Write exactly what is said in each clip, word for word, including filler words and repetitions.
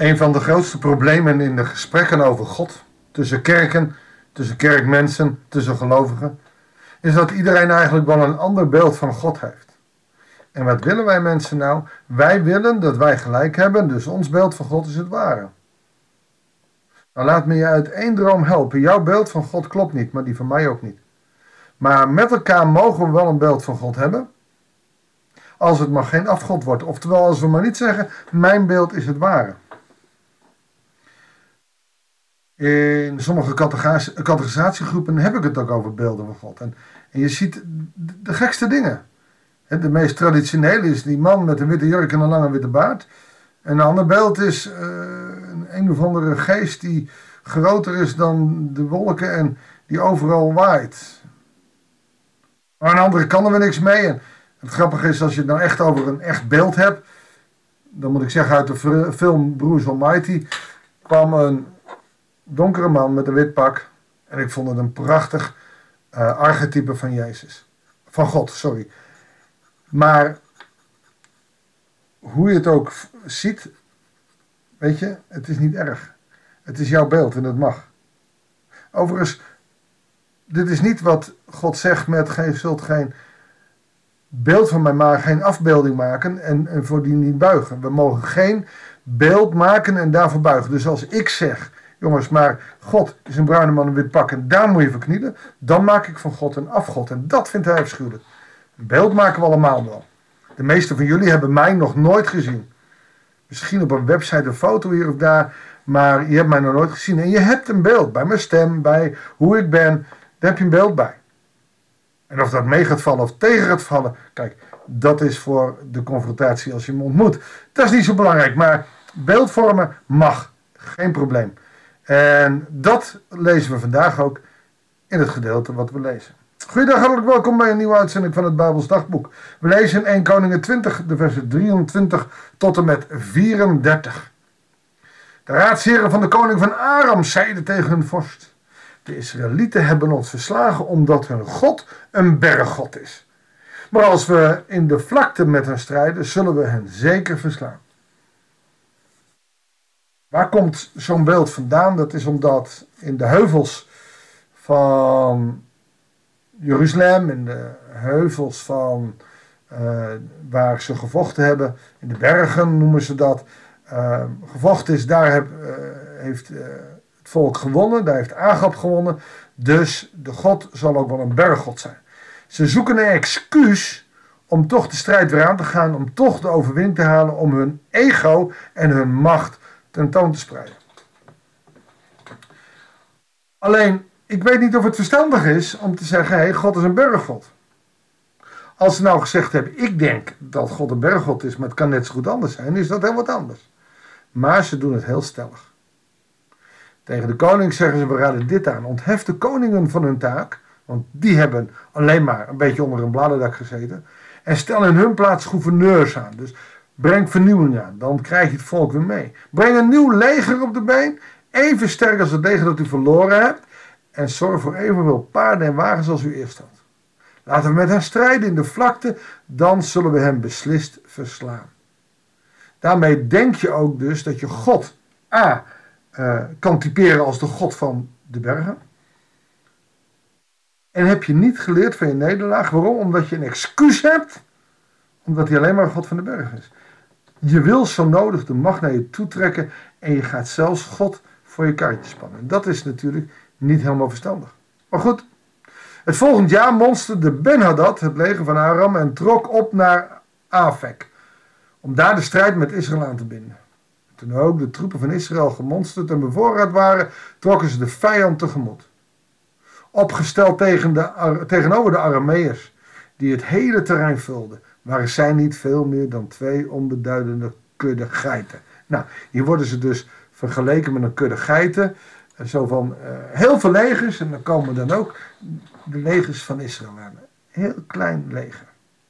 Een van de grootste problemen in de gesprekken over God, tussen kerken, tussen kerkmensen, tussen gelovigen, is dat iedereen eigenlijk wel een ander beeld van God heeft. En wat willen wij mensen nou? Wij willen dat wij gelijk hebben, dus ons beeld van God is het ware. Nou, laat me je uit één droom helpen. Jouw beeld van God klopt niet, maar die van mij ook niet. Maar met elkaar mogen we wel een beeld van God hebben, als het maar geen afgod wordt. Oftewel, als we maar niet zeggen, mijn beeld is het ware. In sommige categorisatiegroepen heb ik het ook over beelden van God. En, en je ziet de gekste dingen. De meest traditionele is die man met een witte jurk en een lange witte baard. En een ander beeld is uh, een, een of andere geest die groter is dan de wolken en die overal waait. Maar een andere kan er weer niks mee. En het grappige is, als je het nou echt over een echt beeld hebt, dan moet ik zeggen, uit de film Bruce Almighty kwam een donkere man met een wit pak. En ik vond het een prachtig uh, archetype van Jezus. Van God, sorry. Maar hoe je het ook ziet, weet je, het is niet erg. Het is jouw beeld en het mag. Overigens, dit is niet wat God zegt met, gij zult geen beeld van mij maken, geen afbeelding maken en, en voor die niet buigen. We mogen geen beeld maken en daarvoor buigen. Dus als ik zeg, jongens, maar God is een bruine man in wit pak en daar moet je voor knielen, dan maak ik van God een afgod. En dat vindt hij afschuwelijk. Een beeld maken we allemaal wel. De meeste van jullie hebben mij nog nooit gezien. Misschien op een website een foto hier of daar, maar je hebt mij nog nooit gezien. En je hebt een beeld bij mijn stem, bij hoe ik ben, daar heb je een beeld bij. En of dat mee gaat vallen of tegen gaat vallen, kijk, dat is voor de confrontatie als je me ontmoet. Dat is niet zo belangrijk, maar beeldvormen mag, geen probleem. En dat lezen we vandaag ook in het gedeelte wat we lezen. Goeiedag, hartelijk welkom bij een nieuwe uitzending van het Bijbels Dagboek. We lezen in Eerste Koningen twintig, de versen drieëntwintig tot en met vierendertig. De raadsheren van de koning van Aram zeiden tegen hun vorst: de Israëlieten hebben ons verslagen omdat hun God een berggod is. Maar als we in de vlakte met hen strijden, zullen we hen zeker verslaan. Waar komt zo'n beeld vandaan? Dat is omdat in de heuvels van Jeruzalem, in de heuvels van uh, waar ze gevochten hebben, in de bergen noemen ze dat, uh, gevochten is, daar heb, uh, heeft uh, het volk gewonnen, daar heeft Agab gewonnen, dus de God zal ook wel een berggod zijn. Ze zoeken een excuus om toch de strijd weer aan te gaan, om toch de overwinning te halen, om hun ego en hun macht tentoon te spreiden. Alleen, ik weet niet of het verstandig is om te zeggen, hé, hey, God is een berggod. Als ze nou gezegd hebben, ik denk dat God een berggod is, maar het kan net zo goed anders zijn, is dat heel wat anders. Maar ze doen het heel stellig. Tegen de koning zeggen ze, we raden dit aan. Onthef de koningen van hun taak, want die hebben alleen maar een beetje onder een bladerdak gezeten. En stel in hun plaats gouverneurs aan. Dus breng vernieuwing aan, dan krijg je het volk weer mee. Breng een nieuw leger op de been, even sterk als het leger dat u verloren hebt. En zorg voor evenveel paarden en wagens als u eerst had. Laten we met hen strijden in de vlakte, dan zullen we hen beslist verslaan. Daarmee denk je ook dus dat je God A uh, kan typeren als de God van de bergen. En heb je niet geleerd van je nederlaag. Waarom? Omdat je een excuus hebt. Omdat hij alleen maar God van de bergen is. Je wil zo nodig de macht naar je toe trekken. En je gaat zelfs God voor je karretje spannen. Dat is natuurlijk niet helemaal verstandig. Maar goed. Het volgend jaar monsterde Ben-Hadad, het leger van Aram, en trok op naar Afek. Om daar de strijd met Israël aan te binden. Toen ook de troepen van Israël gemonsterd en bevoorraad waren, trokken ze de vijand tegemoet. Opgesteld tegen de, tegenover de Arameërs, die het hele terrein vulden, waren zij niet veel meer dan twee onbeduidende kudde geiten. Nou, hier worden ze dus vergeleken met een kudde geiten. Zo van uh, heel veel legers, en dan komen dan ook de legers van Israël aan. Een heel klein leger.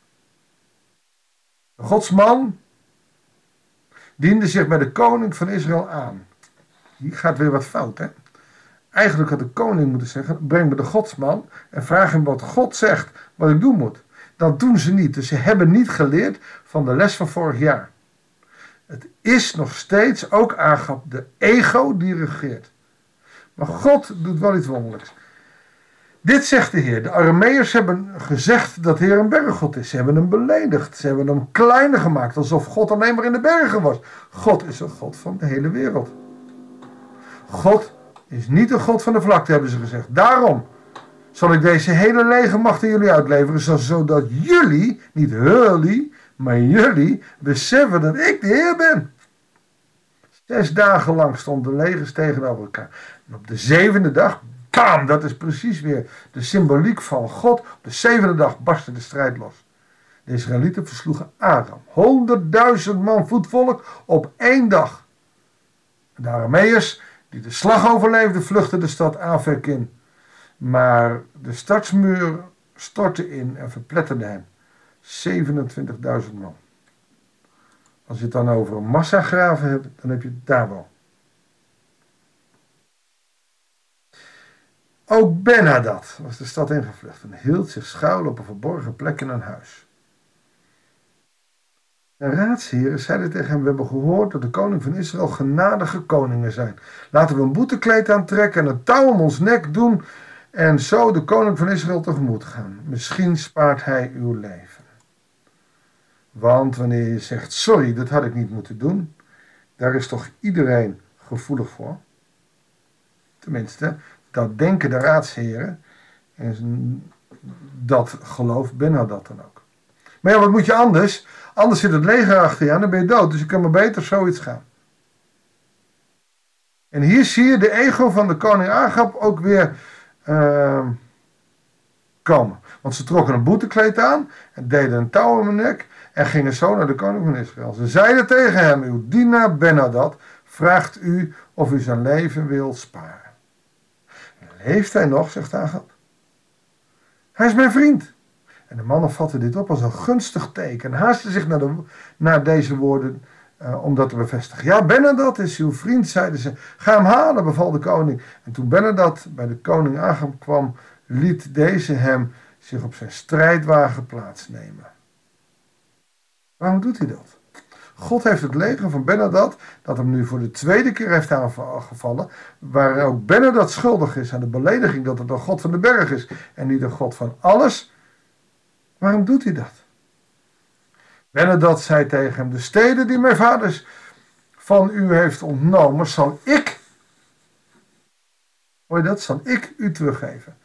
De godsman diende zich bij de koning van Israël aan. Hier gaat weer wat fout, hè? Eigenlijk had de koning moeten zeggen, breng me de godsman en vraag hem wat God zegt, wat ik doen moet. Dat doen ze niet, dus ze hebben niet geleerd van de les van vorig jaar. Het is nog steeds ook Agab de ego die regeert. Maar God doet wel iets wonderlijks. Dit zegt de Heer. De Arameërs hebben gezegd dat de Heer een berggod is. Ze hebben hem beledigd. Ze hebben hem kleiner gemaakt. Alsof God alleen maar in de bergen was. God is een God van de hele wereld. God is niet een God van de vlakte, hebben ze gezegd. Daarom zal ik deze hele legermacht aan jullie uitleveren. Zodat jullie, niet jullie, maar jullie beseffen dat ik de Heer ben. Zes dagen lang stonden de legers tegenover elkaar. En op de zevende dag, bam, dat is precies weer de symboliek van God. Op de zevende dag barstte de strijd los. De Israëlieten versloegen Aram. Honderdduizend man voetvolk op één dag. De Arameërs, die de slag overleefden, vluchtten de stad Afek in. Maar de stadsmuur stortte in en verpletterde hen. zevenentwintigduizend man. Als je het dan over een massagraven hebt, dan heb je het daar wel. Ook Ben-Hadad was de stad ingevlucht en hield zich schuil op een verborgen plek in een huis. De raadsheren zeiden tegen hem: we hebben gehoord dat de koning van Israël genadige koningen zijn. Laten we een boetekleed aantrekken en een touw om ons nek doen en zo de koning van Israël tegemoet gaan. Misschien spaart hij uw leven. Want wanneer je zegt, sorry, dat had ik niet moeten doen, daar is toch iedereen gevoelig voor. Tenminste, dat denken de raadsheren en dat gelooft Ben-Hadad dan ook. Maar ja, wat moet je anders? Anders zit het leger achter je aan, dan ben je dood. Dus je kan maar beter zoiets gaan. En hier zie je de ego van de koning Agab ook weer uh, komen. Want ze trokken een boetekleed aan en deden een touw om hun nek en gingen zo naar de koning van Israël. Ze zeiden tegen hem: uw dienaar Ben-Hadad vraagt u of u zijn leven wil sparen. Leeft hij nog, zegt Agab. Hij is mijn vriend. En de mannen vatten dit op als een gunstig teken en haasten zich naar, de, naar deze woorden uh, om dat te bevestigen. Ja, Ben-Hadad is uw vriend, zeiden ze. Ga hem halen, beval de koning. En toen Ben-Hadad bij de koning Agab kwam, liet deze hem zich op zijn strijdwagen plaatsnemen. Waarom doet hij dat? God heeft het leger van Ben-Hadad, dat hem nu voor de tweede keer heeft aangevallen, waar ook Ben-Hadad schuldig is aan de belediging dat het een God van de berg is en niet een God van alles. Waarom doet hij dat? Ben-Hadad zei tegen hem: de steden die mijn vaders van u heeft ontnomen, zal ik, hoor je dat, zal ik u teruggeven.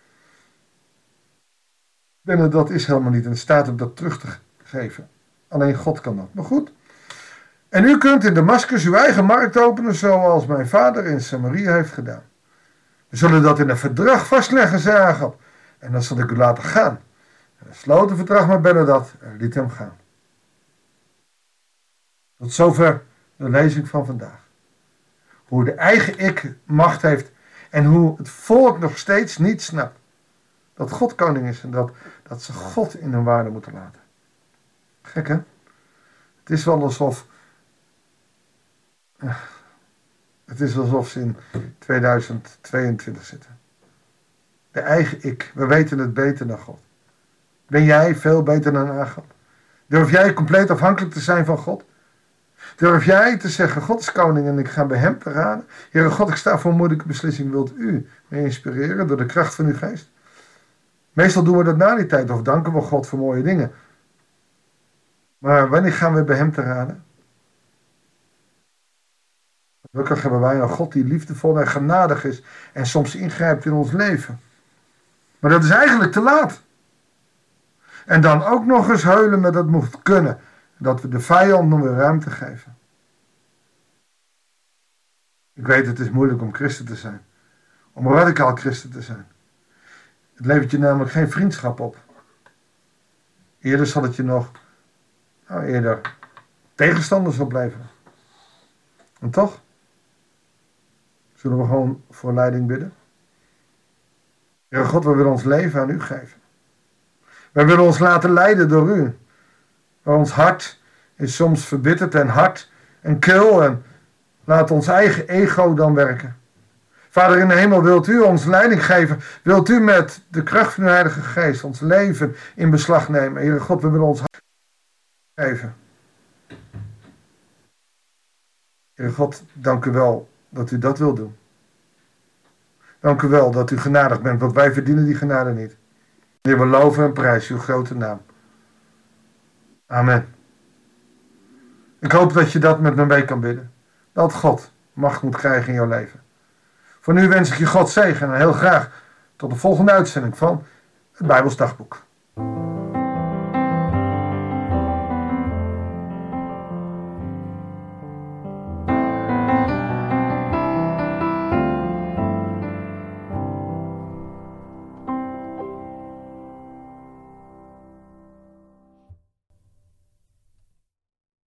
Ben-Hadad is helemaal niet in staat om dat terug te geven. Alleen God kan dat. Maar goed. En u kunt in Damascus uw eigen markt openen, zoals mijn vader in Samaria heeft gedaan. We zullen dat in een verdrag vastleggen, zei Agab. En dan zal ik u laten gaan. En hij sloot een verdrag met Ben-Hadad en liet hem gaan. Tot zover de lezing van vandaag. Hoe de eigen ik macht heeft en hoe het volk nog steeds niet snapt dat God koning is en dat, dat ze God in hun waarde moeten laten. Gek, hè? Het is wel alsof het is alsof ze in tweeduizend tweeëntwintig zitten. De eigen ik. We weten het beter dan God. Ben jij veel beter dan Agab? Durf jij compleet afhankelijk te zijn van God? Durf jij te zeggen: God is koning en ik ga bij hem te raden? Heere God, ik sta voor een moeilijke beslissing. Wilt u me inspireren door de kracht van uw geest? Meestal doen we dat na die tijd of danken we God voor mooie dingen. Maar wanneer gaan we bij hem te raden? Gelukkig hebben wij een God die liefdevol en genadig is en soms ingrijpt in ons leven. Maar dat is eigenlijk te laat. En dan ook nog eens huilen met dat moet kunnen. Dat we de vijand nog weer ruimte geven. Ik weet, het is moeilijk om christen te zijn. Om radicaal christen te zijn. Het levert je namelijk geen vriendschap op. Eerder zal het je nog, nou eerder, tegenstanders opleveren. En toch? Zullen we gewoon voor leiding bidden? Heere God, we willen ons leven aan u geven. Wij willen ons laten leiden door u. Maar ons hart is soms verbitterd en hard en kil en laat ons eigen ego dan werken. Vader in de hemel, wilt u ons leiding geven? Wilt u met de kracht van uw Heilige Geest ons leven in beslag nemen? Heere God, we willen ons hart geven. Heer God, dank u wel dat u dat wil doen. Dank u wel dat u genadig bent, want wij verdienen die genade niet. Heer, we loven en prijzen uw grote naam. Amen. Ik hoop dat je dat met me mee kan bidden. Dat God macht moet krijgen in jouw leven. Voor nu wens ik je God zegen en heel graag tot de volgende uitzending van het Bijbels Dagboek.